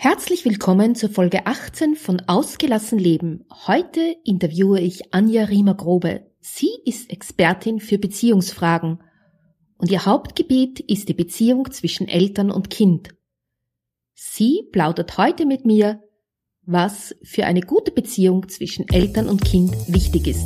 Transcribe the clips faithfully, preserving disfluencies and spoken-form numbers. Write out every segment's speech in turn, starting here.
Herzlich willkommen zur Folge achtzehn von Ausgelassen Leben. Heute interviewe ich Anja Riemer-Grobe. Sie ist Expertin für Beziehungsfragen und ihr Hauptgebiet ist die Beziehung zwischen Eltern und Kind. Sie plaudert heute mit mir, was für eine gute Beziehung zwischen Eltern und Kind wichtig ist.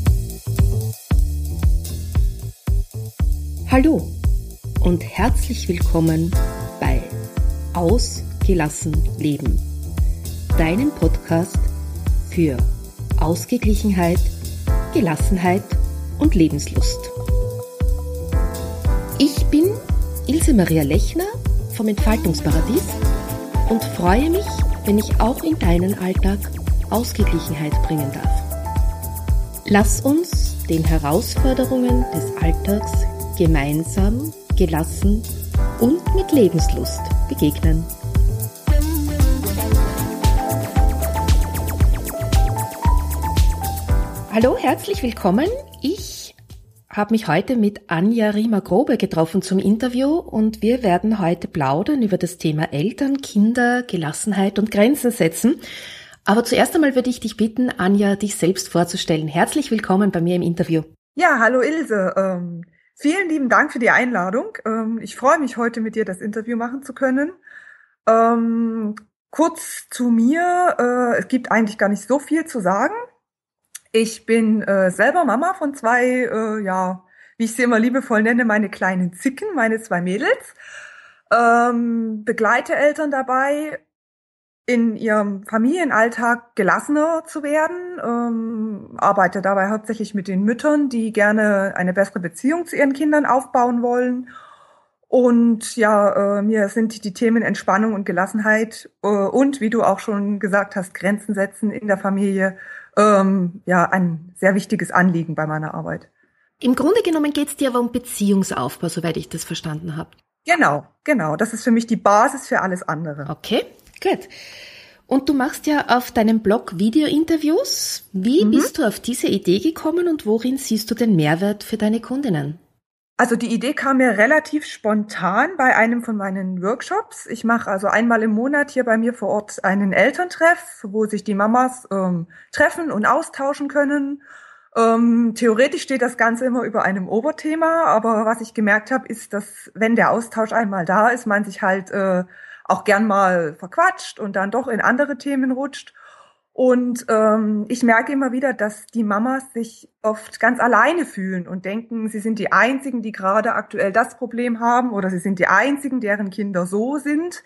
Hallo und herzlich willkommen bei Ausgelassen Leben, deinem Podcast für Ausgeglichenheit, Gelassenheit und Lebenslust. Ich bin Ilse Maria Lechner vom Entfaltungsparadies und freue mich, wenn ich auch in deinen Alltag Ausgeglichenheit bringen darf. Lass uns den Herausforderungen des Alltags gemeinsam, gelassen und mit Lebenslust begegnen. Hallo, herzlich willkommen. Ich habe mich heute mit Anja Riemer-Grobe getroffen zum Interview und wir werden heute plaudern über das Thema Eltern, Kinder, Gelassenheit und Grenzen setzen. Aber zuerst einmal würde ich dich bitten, Anja, dich selbst vorzustellen. Herzlich willkommen bei mir im Interview. Ja, hallo Ilse. Ähm, vielen lieben Dank für die Einladung. Ähm, ich freue mich, heute mit dir das Interview machen zu können. Ähm, kurz zu mir. Äh, es gibt eigentlich gar nicht so viel zu sagen. Ich bin äh, selber Mama von zwei, äh, ja, wie ich sie immer liebevoll nenne, meine kleinen Zicken, meine zwei Mädels. Ähm, begleite Eltern dabei, in ihrem Familienalltag gelassener zu werden. Ähm, arbeite dabei hauptsächlich mit den Müttern, die gerne eine bessere Beziehung zu ihren Kindern aufbauen wollen. Und ja, äh, mir sind die Themen Entspannung und Gelassenheit äh, und, wie du auch schon gesagt hast, Grenzen setzen in der Familie, ähm, ja, ein sehr wichtiges Anliegen bei meiner Arbeit. Im Grunde genommen geht es dir aber um Beziehungsaufbau, soweit ich das verstanden habe. Genau, genau. Das ist für mich die Basis für alles andere. Okay, gut. Und du machst ja auf deinem Blog Video-Interviews. Wie mhm. bist du auf diese Idee gekommen und worin siehst du den Mehrwert für deine Kundinnen? Also die Idee kam mir relativ spontan bei einem von meinen Workshops. Ich mache also einmal im Monat hier bei mir vor Ort einen Elterntreff, wo sich die Mamas ähm, treffen und austauschen können. Ähm, theoretisch steht das Ganze immer über einem Oberthema, aber was ich gemerkt habe, ist, dass wenn der Austausch einmal da ist, man sich halt äh, auch gern mal verquatscht und dann doch in andere Themen rutscht. Und ähm, ich merke immer wieder, dass die Mamas sich oft ganz alleine fühlen und denken, sie sind die Einzigen, die gerade aktuell das Problem haben, oder sie sind die Einzigen, deren Kinder so sind.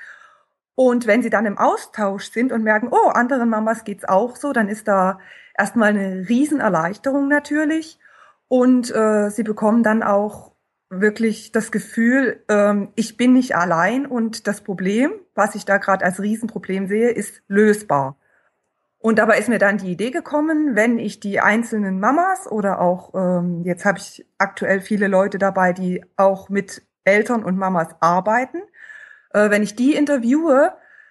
Und wenn sie dann im Austausch sind und merken, oh, anderen Mamas geht's auch so, dann ist da erstmal eine Riesenerleichterung natürlich. Und äh, sie bekommen dann auch wirklich das Gefühl, ähm, ich bin nicht allein und das Problem, was ich da gerade als Riesenproblem sehe, ist lösbar. Und dabei ist mir dann die Idee gekommen, wenn ich die einzelnen Mamas oder auch, ähm, jetzt habe ich aktuell viele Leute dabei, die auch mit Eltern und Mamas arbeiten, äh, wenn ich die interviewe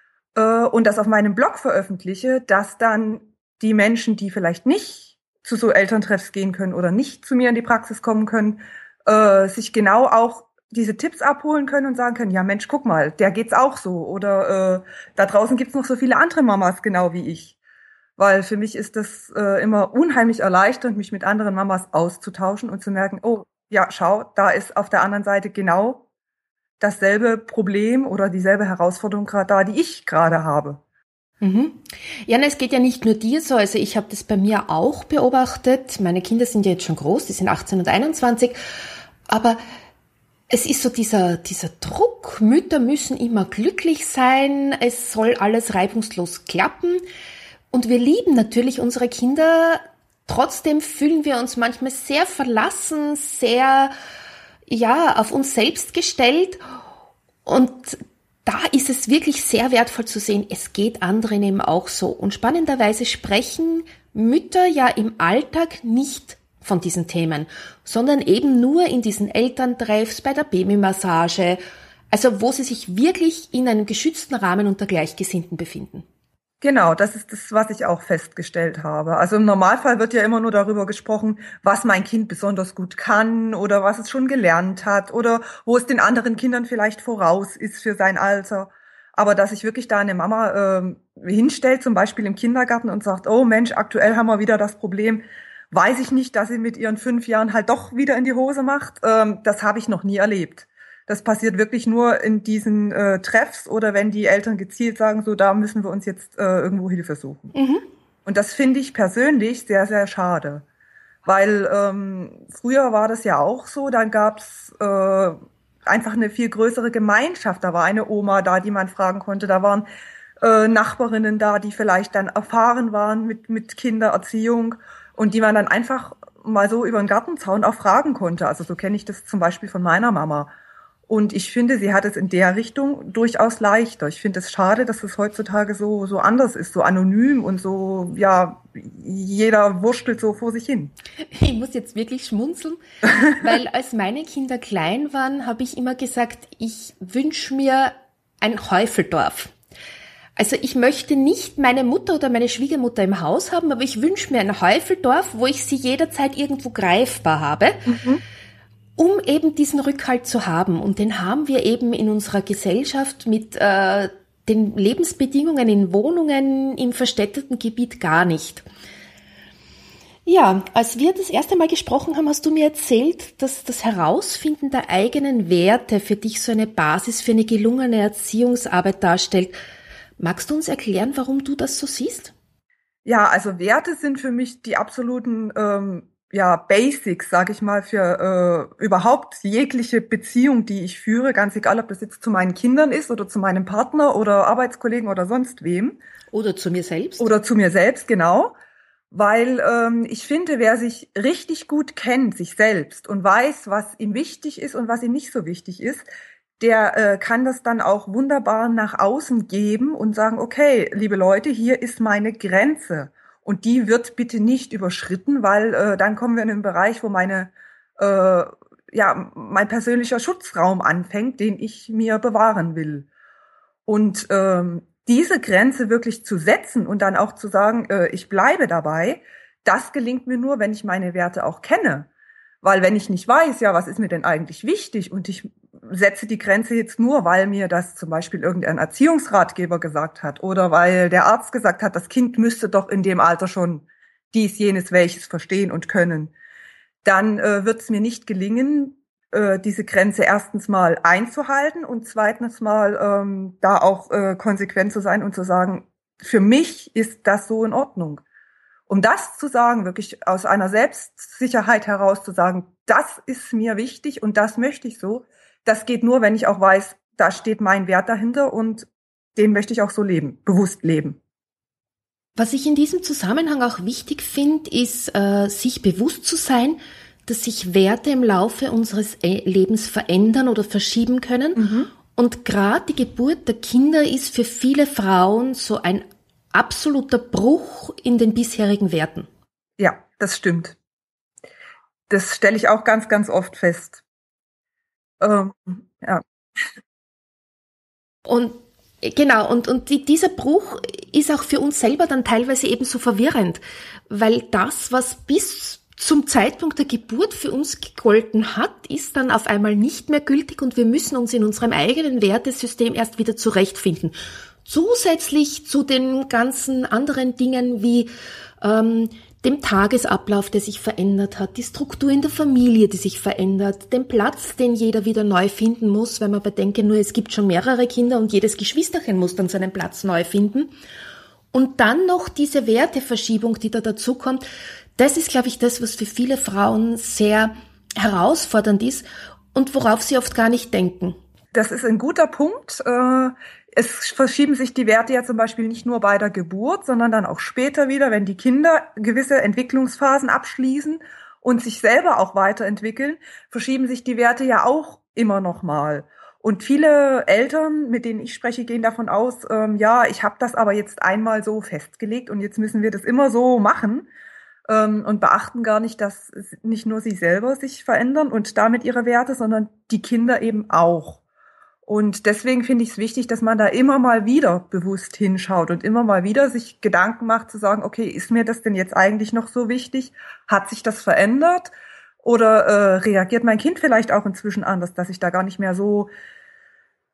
äh, und das auf meinem Blog veröffentliche, dass dann die Menschen, die vielleicht nicht zu so Elterntreffs gehen können oder nicht zu mir in die Praxis kommen können, äh, sich genau auch diese Tipps abholen können und sagen können, ja Mensch, guck mal, der geht's auch so. Oder äh, da draußen gibt's noch so viele andere Mamas, genau wie ich. Weil für mich ist das äh, immer unheimlich erleichternd, mich mit anderen Mamas auszutauschen und zu merken, oh, ja, schau, da ist auf der anderen Seite genau dasselbe Problem oder dieselbe Herausforderung gerade da, die ich gerade habe. Mhm. Ja, es geht ja nicht nur dir so, also ich habe das bei mir auch beobachtet. Meine Kinder sind ja jetzt schon groß, die sind achtzehn und einundzwanzig, aber es ist so dieser, dieser Druck, Mütter müssen immer glücklich sein, es soll alles reibungslos klappen. Und wir lieben natürlich unsere Kinder, trotzdem fühlen wir uns manchmal sehr verlassen, sehr, ja, auf uns selbst gestellt. Und da ist es wirklich sehr wertvoll zu sehen, es geht anderen eben auch so. Und spannenderweise sprechen Mütter ja im Alltag nicht von diesen Themen, sondern eben nur in diesen Elterntreffs, bei der Babymassage, also wo sie sich wirklich in einem geschützten Rahmen unter Gleichgesinnten befinden. Genau, das ist das, was ich auch festgestellt habe. Also im Normalfall wird ja immer nur darüber gesprochen, was mein Kind besonders gut kann oder was es schon gelernt hat oder wo es den anderen Kindern vielleicht voraus ist für sein Alter. Aber dass sich wirklich da eine Mama ähm, hinstellt, zum Beispiel im Kindergarten und sagt, oh Mensch, aktuell haben wir wieder das Problem, weiß ich nicht, dass sie mit ihren fünf Jahren halt doch wieder in die Hose macht. Ähm, das habe ich noch nie erlebt. Das passiert wirklich nur in diesen äh, Treffs oder wenn die Eltern gezielt sagen, so da müssen wir uns jetzt äh, irgendwo Hilfe suchen. Mhm. Und das finde ich persönlich sehr, sehr schade. Weil ähm, früher war das ja auch so, dann gab's äh, einfach eine viel größere Gemeinschaft. Da war eine Oma da, die man fragen konnte. Da waren äh, Nachbarinnen da, die vielleicht dann erfahren waren mit, mit Kindererziehung und die man dann einfach mal so über den Gartenzaun auch fragen konnte. Also so kenne ich das zum Beispiel von meiner Mama. Und ich finde, sie hat es in der Richtung durchaus leichter. Ich finde es schade, dass es heutzutage so, so anders ist, so anonym und so, ja, jeder wurschtelt so vor sich hin. Ich muss jetzt wirklich schmunzeln, weil als meine Kinder klein waren, habe ich immer gesagt, ich wünsche mir ein Häufeldorf. Also ich möchte nicht meine Mutter oder meine Schwiegermutter im Haus haben, aber ich wünsche mir ein Häufeldorf, wo ich sie jederzeit irgendwo greifbar habe. Mhm. Um eben diesen Rückhalt zu haben. Und den haben wir eben in unserer Gesellschaft mit äh, den Lebensbedingungen in Wohnungen im verstädterten Gebiet gar nicht. Ja, als wir das erste Mal gesprochen haben, hast du mir erzählt, dass das Herausfinden der eigenen Werte für dich so eine Basis für eine gelungene Erziehungsarbeit darstellt. Magst du uns erklären, warum du das so siehst? Ja, also Werte sind für mich die absoluten ähm ja, Basics, sage ich mal, für äh, überhaupt jegliche Beziehung, die ich führe, ganz egal, ob das jetzt zu meinen Kindern ist oder zu meinem Partner oder Arbeitskollegen oder sonst wem. Oder zu mir selbst. Oder zu mir selbst, genau. Weil ähm, ich finde, wer sich richtig gut kennt, sich selbst, und weiß, was ihm wichtig ist und was ihm nicht so wichtig ist, der äh, kann das dann auch wunderbar nach außen geben und sagen, okay, liebe Leute, hier ist meine Grenze. Und die wird bitte nicht überschritten, weil äh, dann kommen wir in einen Bereich, wo meine, äh, ja, mein persönlicher Schutzraum anfängt, den ich mir bewahren will. Und ähm, diese Grenze wirklich zu setzen und dann auch zu sagen, äh, ich bleibe dabei, das gelingt mir nur, wenn ich meine Werte auch kenne. Weil wenn ich nicht weiß, ja, was ist mir denn eigentlich wichtig und ich setze die Grenze jetzt nur, weil mir das zum Beispiel irgendein Erziehungsratgeber gesagt hat oder weil der Arzt gesagt hat, das Kind müsste doch in dem Alter schon dies, jenes, welches verstehen und können, dann äh, wird es mir nicht gelingen, äh, diese Grenze erstens mal einzuhalten und zweitens mal ähm, da auch äh, konsequent zu sein und zu sagen, für mich ist das so in Ordnung. Um das zu sagen, wirklich aus einer Selbstsicherheit heraus zu sagen, das ist mir wichtig und das möchte ich so, das geht nur, wenn ich auch weiß, da steht mein Wert dahinter und den möchte ich auch so leben, bewusst leben. Was ich in diesem Zusammenhang auch wichtig finde, ist, äh, sich bewusst zu sein, dass sich Werte im Laufe unseres Lebens verändern oder verschieben können. Mhm. Und gerade die Geburt der Kinder ist für viele Frauen so ein absoluter Bruch in den bisherigen Werten. Ja, das stimmt. Das stelle ich auch ganz, ganz oft fest. Ähm, ja. Und genau, und, und die, dieser Bruch ist auch für uns selber dann teilweise eben so verwirrend, weil das, was bis zum Zeitpunkt der Geburt für uns gegolten hat, ist dann auf einmal nicht mehr gültig und wir müssen uns in unserem eigenen Wertesystem erst wieder zurechtfinden. Zusätzlich zu den ganzen anderen Dingen wie ähm, dem Tagesablauf, der sich verändert hat, die Struktur in der Familie, die sich verändert, den Platz, den jeder wieder neu finden muss, weil man bedenke nur, es gibt schon mehrere Kinder und jedes Geschwisterchen muss dann seinen Platz neu finden. Und dann noch diese Werteverschiebung, die da dazukommt, das ist, glaube ich, das, was für viele Frauen sehr herausfordernd ist und worauf sie oft gar nicht denken. Das ist ein guter Punkt. Es verschieben sich die Werte ja zum Beispiel nicht nur bei der Geburt, sondern dann auch später wieder, wenn die Kinder gewisse Entwicklungsphasen abschließen und sich selber auch weiterentwickeln, verschieben sich die Werte ja auch immer noch mal. Und viele Eltern, mit denen ich spreche, gehen davon aus, ähm, ja, ich habe das aber jetzt einmal so festgelegt und jetzt müssen wir das immer so machen ähm, und beachten gar nicht, dass nicht nur sie selber sich verändern und damit ihre Werte, sondern die Kinder eben auch. Und deswegen finde ich es wichtig, dass man da immer mal wieder bewusst hinschaut und immer mal wieder sich Gedanken macht, zu sagen, okay, ist mir das denn jetzt eigentlich noch so wichtig? Hat sich das verändert? Oder äh, reagiert mein Kind vielleicht auch inzwischen anders, dass ich da gar nicht mehr so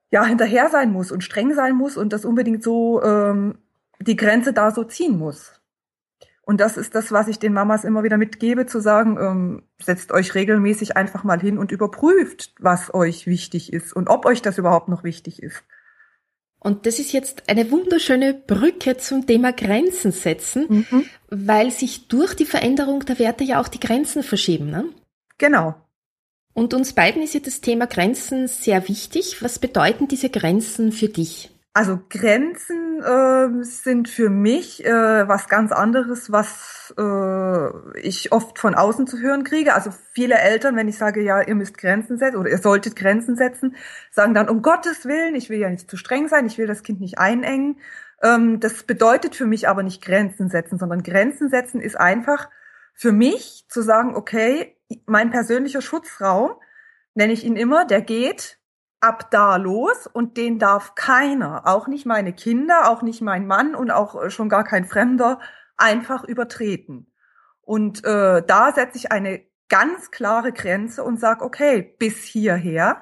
ja, hinterher sein muss und streng sein muss und das unbedingt so ähm, die Grenze da so ziehen muss. Und das ist das, was ich den Mamas immer wieder mitgebe, zu sagen, ähm, setzt euch regelmäßig einfach mal hin und überprüft, was euch wichtig ist und ob euch das überhaupt noch wichtig ist. Und das ist jetzt eine wunderschöne Brücke zum Thema Grenzen setzen, mhm. weil sich durch die Veränderung der Werte ja auch die Grenzen verschieben, ne? Genau. Und uns beiden ist ja das Thema Grenzen sehr wichtig. Was bedeuten diese Grenzen für dich? Also Grenzen äh, sind für mich äh, was ganz anderes, was äh, ich oft von außen zu hören kriege. Also viele Eltern, wenn ich sage, ja, ihr müsst Grenzen setzen oder ihr solltet Grenzen setzen, sagen dann, um Gottes Willen, ich will ja nicht zu streng sein, ich will das Kind nicht einengen. Ähm, das bedeutet für mich aber nicht Grenzen setzen, sondern Grenzen setzen ist einfach für mich zu sagen, okay, mein persönlicher Schutzraum, nenne ich ihn immer, der geht ab da los und den darf keiner, auch nicht meine Kinder, auch nicht mein Mann und auch schon gar kein Fremder, einfach übertreten. Und äh, da setze ich eine ganz klare Grenze und sage, okay, bis hierher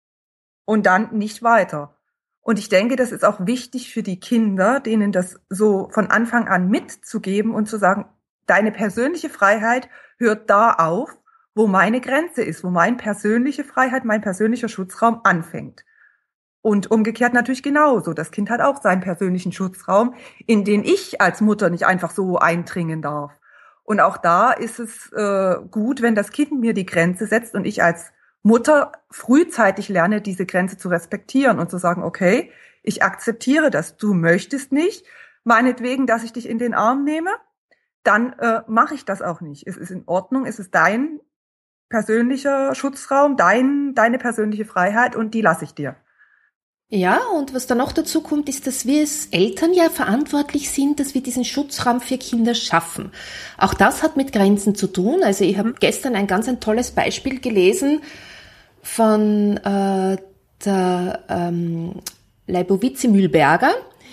und dann nicht weiter. Und ich denke, das ist auch wichtig für die Kinder, denen das so von Anfang an mitzugeben und zu sagen, deine persönliche Freiheit hört da auf, wo meine Grenze ist, wo meine persönliche Freiheit, mein persönlicher Schutzraum anfängt. Und umgekehrt natürlich genauso. Das Kind hat auch seinen persönlichen Schutzraum, in den ich als Mutter nicht einfach so eindringen darf. Und auch da ist es äh, gut, wenn das Kind mir die Grenze setzt und ich als Mutter frühzeitig lerne, diese Grenze zu respektieren und zu sagen, okay, ich akzeptiere das. Du möchtest nicht, meinetwegen, dass ich dich in den Arm nehme, dann äh, mache ich das auch nicht. Es ist in Ordnung, es ist dein persönlicher Schutzraum, dein, deine persönliche Freiheit und die lasse ich dir. Ja, und was da noch dazu kommt, ist, dass wir als Eltern ja verantwortlich sind, dass wir diesen Schutzraum für Kinder schaffen. Auch das hat mit Grenzen zu tun. Also ich habe gestern ein ganz ein tolles Beispiel gelesen von äh, der ähm, Leibowitz-Mühlberger,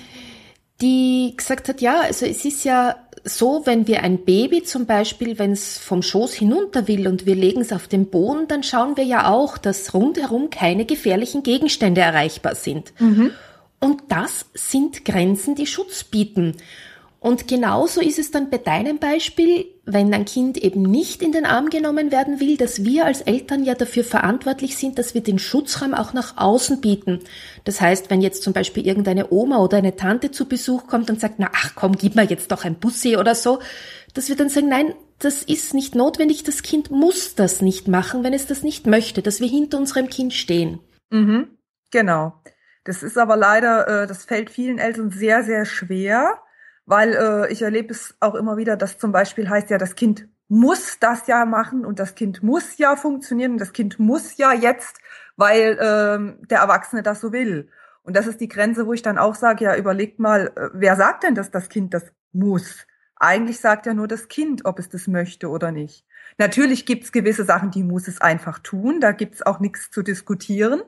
die gesagt hat, ja, also es ist ja so, wenn wir ein Baby zum Beispiel, wenn es vom Schoß hinunter will und wir legen es auf den Boden, dann schauen wir ja auch, dass rundherum keine gefährlichen Gegenstände erreichbar sind. Mhm. Und das sind Grenzen, die Schutz bieten. Und genauso ist es dann bei deinem Beispiel, wenn ein Kind eben nicht in den Arm genommen werden will, dass wir als Eltern ja dafür verantwortlich sind, dass wir den Schutzraum auch nach außen bieten. Das heißt, wenn jetzt zum Beispiel irgendeine Oma oder eine Tante zu Besuch kommt und sagt, na ach komm, gib mir jetzt doch ein Bussi oder so, dass wir dann sagen, nein, das ist nicht notwendig, das Kind muss das nicht machen, wenn es das nicht möchte, dass wir hinter unserem Kind stehen. Mhm, genau. Das ist aber leider, äh, das fällt vielen Eltern sehr, sehr schwer. Weil äh, ich erlebe es auch immer wieder, dass zum Beispiel heißt ja, das Kind muss das ja machen und das Kind muss ja funktionieren und das Kind muss ja jetzt, weil ähm, der Erwachsene das so will. Und das ist die Grenze, wo ich dann auch sage, ja, überlegt mal, äh, wer sagt denn, dass das Kind das muss? Eigentlich sagt ja nur das Kind, ob es das möchte oder nicht. Natürlich gibt's gewisse Sachen, die muss es einfach tun, da gibt's auch nichts zu diskutieren.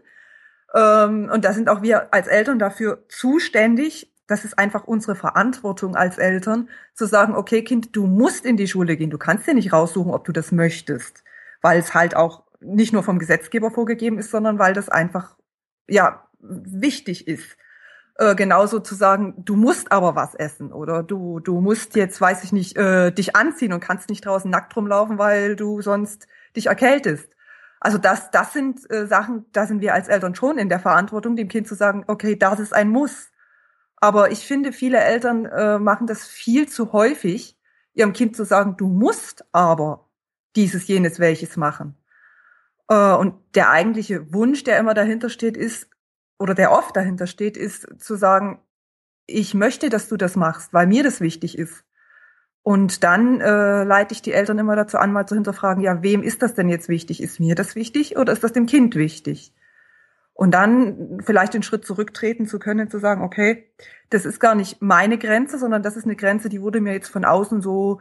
Ähm, und da sind auch wir als Eltern dafür zuständig. Das ist einfach unsere Verantwortung als Eltern, zu sagen, okay, Kind, du musst in die Schule gehen. Du kannst dir nicht raussuchen, ob du das möchtest, weil es halt auch nicht nur vom Gesetzgeber vorgegeben ist, sondern weil das einfach, ja, wichtig ist. Äh, genauso zu sagen, du musst aber was essen oder du, du musst jetzt, weiß ich nicht, äh, dich anziehen und kannst nicht draußen nackt rumlaufen, weil du sonst dich erkältest. Also das, das sind äh, Sachen, da sind wir als Eltern schon in der Verantwortung, dem Kind zu sagen, okay, das ist ein Muss. Aber ich finde, viele Eltern äh, machen das viel zu häufig, ihrem Kind zu sagen, du musst aber dieses, jenes, welches machen. Äh, und der eigentliche Wunsch, der immer dahinter steht, ist, oder der oft dahinter steht, ist zu sagen, ich möchte, dass du das machst, weil mir das wichtig ist. Und dann äh, leite ich die Eltern immer dazu an, mal zu hinterfragen, ja, wem ist das denn jetzt wichtig? Ist mir das wichtig oder ist das dem Kind wichtig? Und dann vielleicht den Schritt zurücktreten zu können, zu sagen, okay, das ist gar nicht meine Grenze, sondern das ist eine Grenze, die wurde mir jetzt von außen so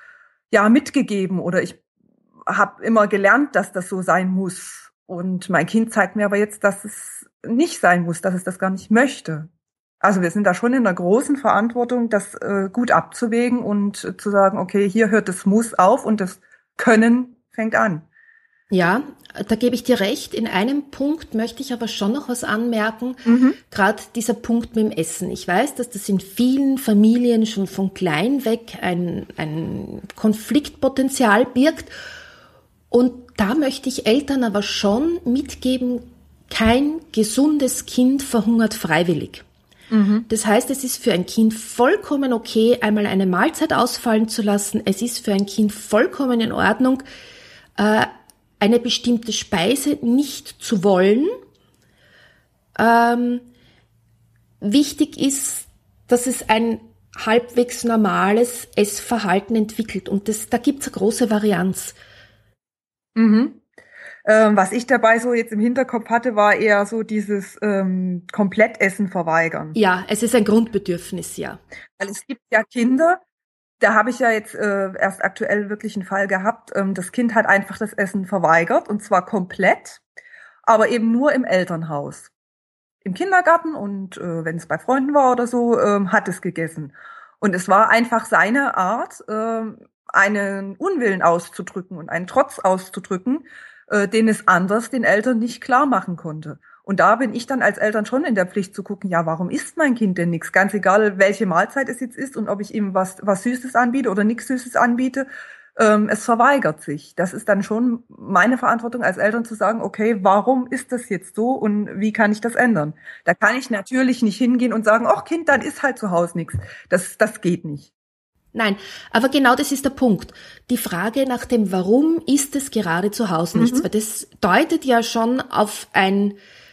ja mitgegeben oder ich habe immer gelernt, dass das so sein muss. Und mein Kind zeigt mir aber jetzt, dass es nicht sein muss, dass es das gar nicht möchte. Also wir sind da schon in einer großen Verantwortung, das äh, gut abzuwägen und äh, zu sagen, okay, hier hört das Muss auf und das Können fängt an. Ja, da gebe ich dir recht. In einem Punkt möchte ich aber schon noch was anmerken. Mhm. Gerade dieser Punkt mit dem Essen. Ich weiß, dass das in vielen Familien schon von klein weg ein, ein Konfliktpotenzial birgt. Und da möchte ich Eltern aber schon mitgeben, kein gesundes Kind verhungert freiwillig. Mhm. Das heißt, es ist für ein Kind vollkommen okay, einmal eine Mahlzeit ausfallen zu lassen. Es ist für ein Kind vollkommen in Ordnung, äh, eine bestimmte Speise nicht zu wollen. Ähm, wichtig ist, dass es ein halbwegs normales Essverhalten entwickelt. Und das, da gibt's eine große Varianz. Mhm. Ähm, was ich dabei so jetzt im Hinterkopf hatte, war eher so dieses ähm, Komplettessen verweigern. Ja, es ist ein Grundbedürfnis, ja. Weil es gibt ja Kinder, da habe ich ja jetzt äh, erst aktuell wirklich einen Fall gehabt, ähm, das Kind hat einfach das Essen verweigert und zwar komplett, aber eben nur im Elternhaus. Im Kindergarten und äh, wenn es bei Freunden war oder so, ähm, hat es gegessen. Und es war einfach seine Art, ähm, einen Unwillen auszudrücken und einen Trotz auszudrücken, äh, den es anders den Eltern nicht klar machen konnte. Und da bin ich dann als Eltern schon in der Pflicht zu gucken, ja, warum isst mein Kind denn nichts? Ganz egal, welche Mahlzeit es jetzt ist und ob ich ihm was, was Süßes anbiete oder nichts Süßes anbiete. Ähm, es verweigert sich. Das ist dann schon meine Verantwortung als Eltern zu sagen, okay, warum ist das jetzt so und wie kann ich das ändern? Da kann ich natürlich nicht hingehen und sagen, ach Kind, dann isst halt zu Hause nichts. Das, das geht nicht. Nein, aber genau das ist der Punkt. Die Frage nach dem Warum ist es gerade zu Hause nichts, Mhm. weil das deutet ja schon auf ein,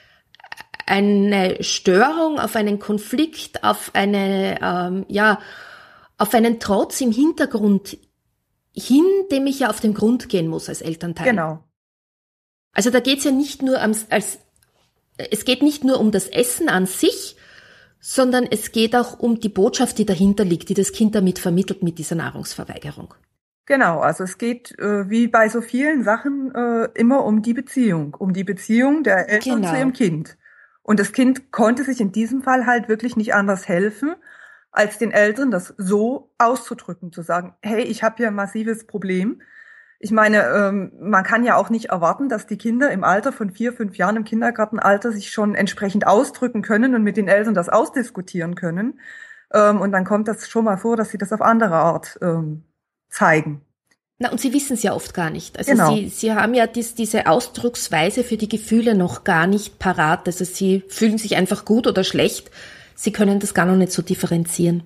eine Störung, auf einen Konflikt, auf eine, ähm, ja, auf einen Trotz im Hintergrund hin, dem ich ja auf den Grund gehen muss als Elternteil. Genau. Also da geht's ja nicht nur ams, als, es geht nicht nur um das Essen an sich, sondern es geht auch um die Botschaft, die dahinter liegt, die das Kind damit vermittelt mit dieser Nahrungsverweigerung. Genau, also es geht äh, wie bei so vielen Sachen äh, immer um die Beziehung, um die Beziehung der Eltern Genau. zu ihrem Kind. Und das Kind konnte sich in diesem Fall halt wirklich nicht anders helfen, als den Eltern das so auszudrücken, zu sagen, hey, ich habe hier ein massives Problem. Ich meine, ähm, man kann ja auch nicht erwarten, dass die Kinder im Alter von vier, fünf Jahren im Kindergartenalter sich schon entsprechend ausdrücken können und mit den Eltern das ausdiskutieren können. Ähm, und dann kommt das schon mal vor, dass sie das auf andere Art ähm, zeigen. Na, und sie wissen es ja oft gar nicht. Also Genau. sie, sie haben ja dies, diese Ausdrucksweise für die Gefühle noch gar nicht parat. Also sie fühlen sich einfach gut oder schlecht. Sie können das gar noch nicht so differenzieren.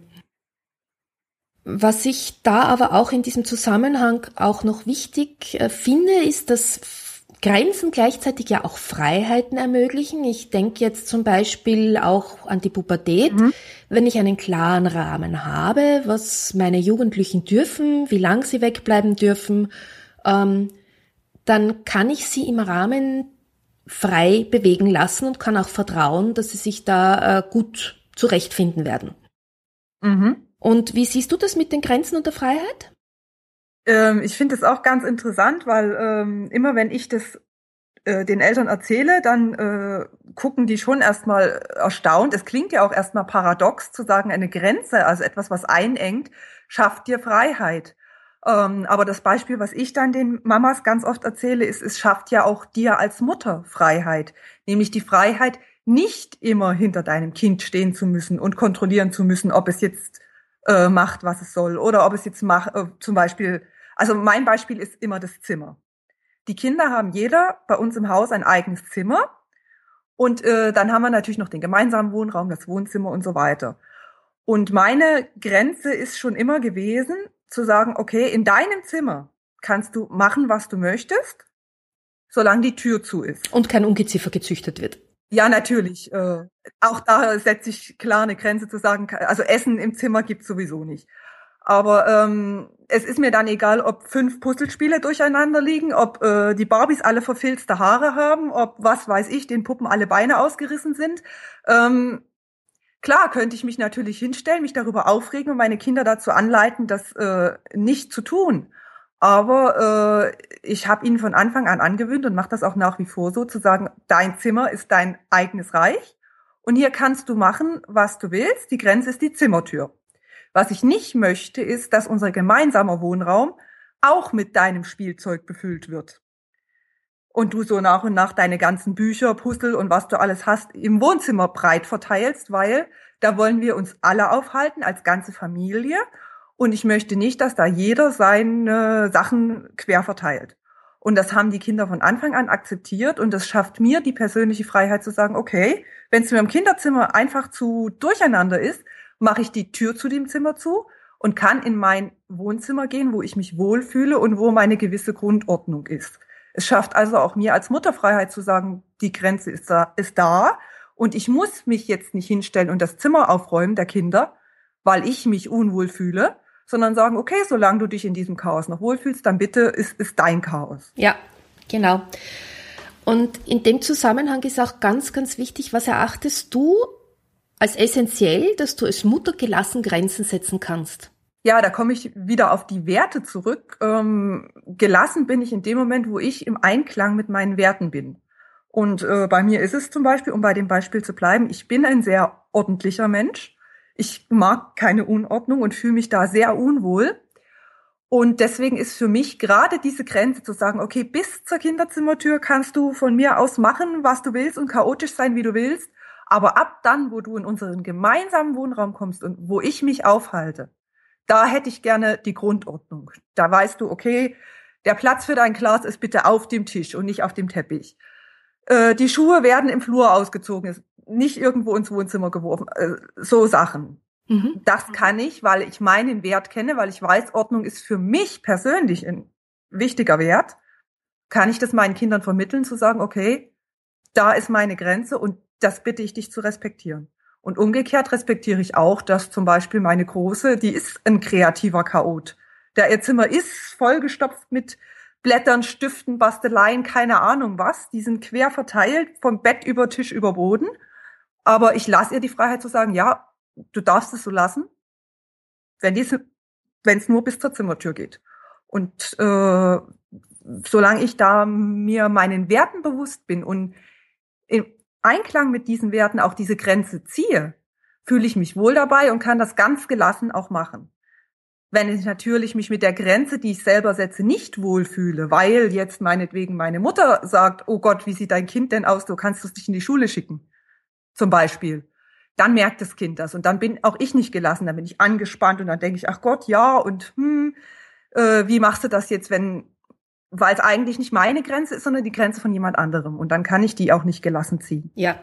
Was ich da aber auch in diesem Zusammenhang auch noch wichtig äh, finde, ist, dass Grenzen gleichzeitig ja auch Freiheiten ermöglichen. Ich denke jetzt zum Beispiel auch an die Pubertät. Mhm. Wenn ich einen klaren Rahmen habe, was meine Jugendlichen dürfen, wie lang sie wegbleiben dürfen, ähm, dann kann ich sie im Rahmen frei bewegen lassen und kann auch vertrauen, dass sie sich da äh, gut zurechtfinden werden. Mhm. Und wie siehst du das mit den Grenzen und der Freiheit? Ähm, ich finde es auch ganz interessant, weil ähm, immer wenn ich das äh, den Eltern erzähle, dann äh, gucken die schon erstmal erstaunt. Es klingt ja auch erstmal paradox zu sagen, eine Grenze, also etwas, was einengt, schafft dir Freiheit. Ähm, aber das Beispiel, was ich dann den Mamas ganz oft erzähle, ist, es schafft ja auch dir als Mutter Freiheit. Nämlich die Freiheit, nicht immer hinter deinem Kind stehen zu müssen und kontrollieren zu müssen, ob es jetzt äh, macht, was es soll, oder ob es jetzt macht, äh, zum Beispiel, also mein Beispiel ist immer das Zimmer. Die Kinder haben jeder bei uns im Haus ein eigenes Zimmer und äh, dann haben wir natürlich noch den gemeinsamen Wohnraum, das Wohnzimmer und so weiter. Und meine Grenze ist schon immer gewesen, zu sagen, okay, in deinem Zimmer kannst du machen, was du möchtest, solange die Tür zu ist. Und kein Ungeziefer gezüchtet wird. Ja, natürlich. Äh, auch da setze ich klar eine Grenze zu sagen, also Essen im Zimmer gibt's sowieso nicht. Aber ähm, es ist mir dann egal, ob fünf Puzzlespiele durcheinander liegen, ob äh, die Barbies alle verfilzte Haare haben, ob, was weiß ich, den Puppen alle Beine ausgerissen sind. Ähm, klar könnte ich mich natürlich hinstellen, mich darüber aufregen und meine Kinder dazu anleiten, das äh, nicht zu tun. Aber äh, ich habe ihnen von Anfang an angewöhnt und mache das auch nach wie vor so, zu sagen, dein Zimmer ist dein eigenes Reich und hier kannst du machen, was du willst. Die Grenze ist die Zimmertür. Was ich nicht möchte, ist, dass unser gemeinsamer Wohnraum auch mit deinem Spielzeug befüllt wird. und du so nach und nach deine ganzen Bücher, Puzzle und was du alles hast im Wohnzimmer breit verteilst, weil da wollen wir uns alle aufhalten als ganze Familie und ich möchte nicht, dass da jeder seine Sachen quer verteilt. Und das haben die Kinder von Anfang an akzeptiert und das schafft mir die persönliche Freiheit zu sagen, okay, wenn es mir im Kinderzimmer einfach zu durcheinander ist, mache ich die Tür zu dem Zimmer zu und kann in mein Wohnzimmer gehen, wo ich mich wohlfühle und wo meine gewisse Grundordnung ist. Es schafft also auch mir als Mutter Freiheit zu sagen, die Grenze ist da, ist da und ich muss mich jetzt nicht hinstellen und das Zimmer aufräumen der Kinder, weil ich mich unwohl fühle, sondern sagen, okay, solange du dich in diesem Chaos noch wohlfühlst, dann bitte ist, ist dein Chaos. Ja, genau. Und in dem Zusammenhang ist auch ganz, ganz wichtig, was erachtest du als essentiell, dass du als Mutter gelassen Grenzen setzen kannst? Ja, da komme ich wieder auf die Werte zurück. Ähm, gelassen bin ich in dem Moment, wo ich im Einklang mit meinen Werten bin. Und äh, bei mir ist es zum Beispiel, um bei dem Beispiel zu bleiben, ich bin ein sehr ordentlicher Mensch. Ich mag keine Unordnung und fühle mich da sehr unwohl. Und deswegen ist für mich gerade diese Grenze zu sagen, okay, bis zur Kinderzimmertür kannst du von mir aus machen, was du willst und chaotisch sein, wie du willst. Aber ab dann, wo du in unseren gemeinsamen Wohnraum kommst und wo ich mich aufhalte, da hätte ich gerne die Grundordnung. Da weißt du, okay, der Platz für dein Glas ist bitte auf dem Tisch und nicht auf dem Teppich. Äh, die Schuhe werden im Flur ausgezogen, nicht irgendwo ins Wohnzimmer geworfen. Äh, so Sachen. Mhm. Das kann ich, weil ich meinen Wert kenne, weil ich weiß, Ordnung ist für mich persönlich ein wichtiger Wert. Kann ich das meinen Kindern vermitteln, zu sagen, okay, da ist meine Grenze und das bitte ich dich zu respektieren. Und umgekehrt respektiere ich auch, dass zum Beispiel meine Große, die ist ein kreativer Chaot. Der ihr Zimmer ist vollgestopft mit Blättern, Stiften, Basteleien, keine Ahnung was. Die sind quer verteilt, vom Bett über Tisch über Boden. Aber ich lasse ihr die Freiheit zu sagen, ja, du darfst es so lassen, wenn es nur bis zur Zimmertür geht. Und äh, solange ich da mir meinen Werten bewusst bin und im Einklang mit diesen Werten auch diese Grenze ziehe, fühle ich mich wohl dabei und kann das ganz gelassen auch machen. Wenn ich natürlich mich mit der Grenze, die ich selber setze, nicht wohlfühle, weil jetzt meinetwegen meine Mutter sagt, oh Gott, wie sieht dein Kind denn aus, du kannst es nicht in die Schule schicken, zum Beispiel, dann merkt das Kind das und dann bin auch ich nicht gelassen, dann bin ich angespannt und dann denke ich, ach Gott, ja und hm, äh, wie machst du das jetzt, wenn, weil es eigentlich nicht meine Grenze ist, sondern die Grenze von jemand anderem und dann kann ich die auch nicht gelassen ziehen. Ja.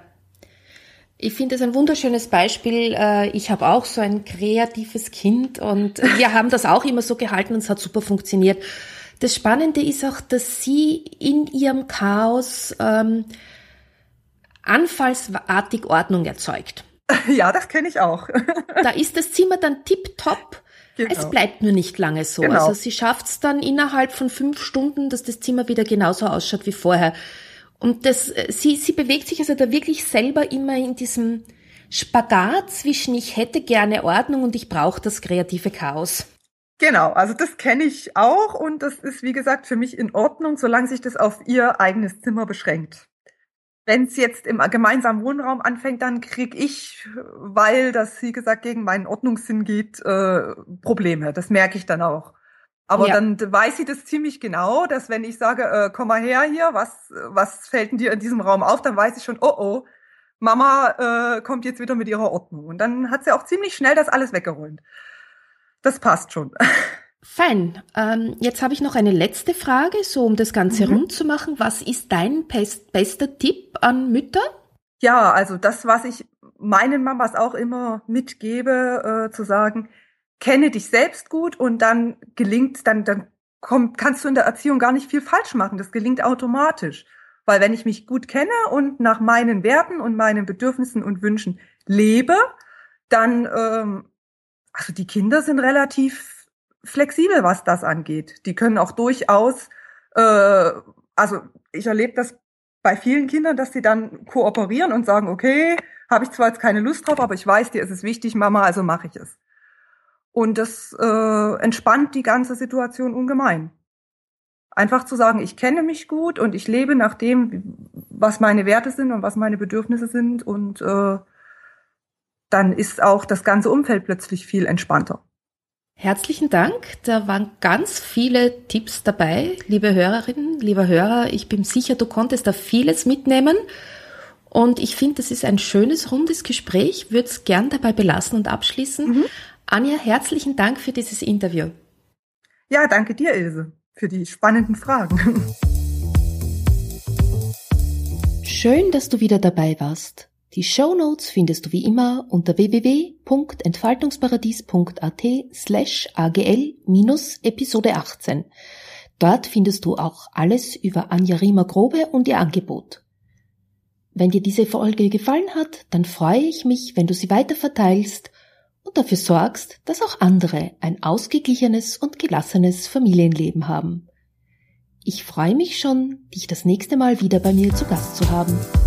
Ich finde es ein wunderschönes Beispiel. Ich habe auch so ein kreatives Kind und wir haben das auch immer so gehalten und es hat super funktioniert. Das Spannende ist auch, dass sie in ihrem Chaos ähm, anfallsartig Ordnung erzeugt. Ja, das kenne ich auch. Da ist das Zimmer dann tipptopp. Genau. Es bleibt nur nicht lange so. Genau. Also sie schafft es dann innerhalb von fünf Stunden, dass das Zimmer wieder genauso ausschaut wie vorher. Und das, sie, sie bewegt sich also da wirklich selber immer in diesem Spagat zwischen ich hätte gerne Ordnung und ich brauche das kreative Chaos. Genau, also das kenne ich auch und das ist, wie gesagt, für mich in Ordnung, solange sich das auf ihr eigenes Zimmer beschränkt. Wenn es jetzt im gemeinsamen Wohnraum anfängt, dann kriege ich, weil das, wie gesagt, gegen meinen Ordnungssinn geht, äh, Probleme. Das merke ich dann auch. Aber ja. Dann weiß sie das ziemlich genau, dass wenn ich sage, äh, komm mal her hier, was was fällt denn dir in diesem Raum auf, dann weiß ich schon, oh oh, Mama äh, kommt jetzt wieder mit ihrer Ordnung. Und dann hat sie auch ziemlich schnell das alles weggeräumt. Das passt schon. Fein. Ähm, jetzt habe ich noch eine letzte Frage, so um das Ganze mhm. rund zu machen. Was ist dein best- bester Tipp an Mütter? Ja, also das, was ich meinen Mamas auch immer mitgebe, äh, zu sagen, kenne dich selbst gut und dann gelingt, dann, dann kommt, kannst du in der Erziehung gar nicht viel falsch machen. Das gelingt automatisch. Weil wenn ich mich gut kenne und nach meinen Werten und meinen Bedürfnissen und Wünschen lebe, dann, ähm, also die Kinder sind relativ flexibel, was das angeht. Die können auch durchaus, äh, also ich erlebe das bei vielen Kindern, dass sie dann kooperieren und sagen, okay, habe ich zwar jetzt keine Lust drauf, aber ich weiß, dir ist es wichtig, Mama, also mache ich es. Und das äh, entspannt die ganze Situation ungemein. Einfach zu sagen, ich kenne mich gut und ich lebe nach dem, was meine Werte sind und was meine Bedürfnisse sind. Und äh, dann ist auch das ganze Umfeld plötzlich viel entspannter. Herzlichen Dank. Da waren ganz viele Tipps dabei, liebe Hörerinnen, lieber Hörer. Ich bin sicher, du konntest da vieles mitnehmen. Und ich finde, das ist ein schönes, rundes Gespräch. Würde es gern dabei belassen und abschließen. Mhm. Anja, herzlichen Dank für dieses Interview. Ja, danke dir, Ilse, für die spannenden Fragen. Schön, dass du wieder dabei warst. Die Shownotes findest du wie immer unter w w w punkt entfaltungsparadies punkt a t slash a g l minus Episode achtzehn. Dort findest du auch alles über Anja Riemer-Grobe und ihr Angebot. Wenn dir diese Folge gefallen hat, dann freue ich mich, wenn du sie weiter verteilst und dafür sorgst, dass auch andere ein ausgeglichenes und gelassenes Familienleben haben. Ich freue mich schon, dich das nächste Mal wieder bei mir zu Gast zu haben.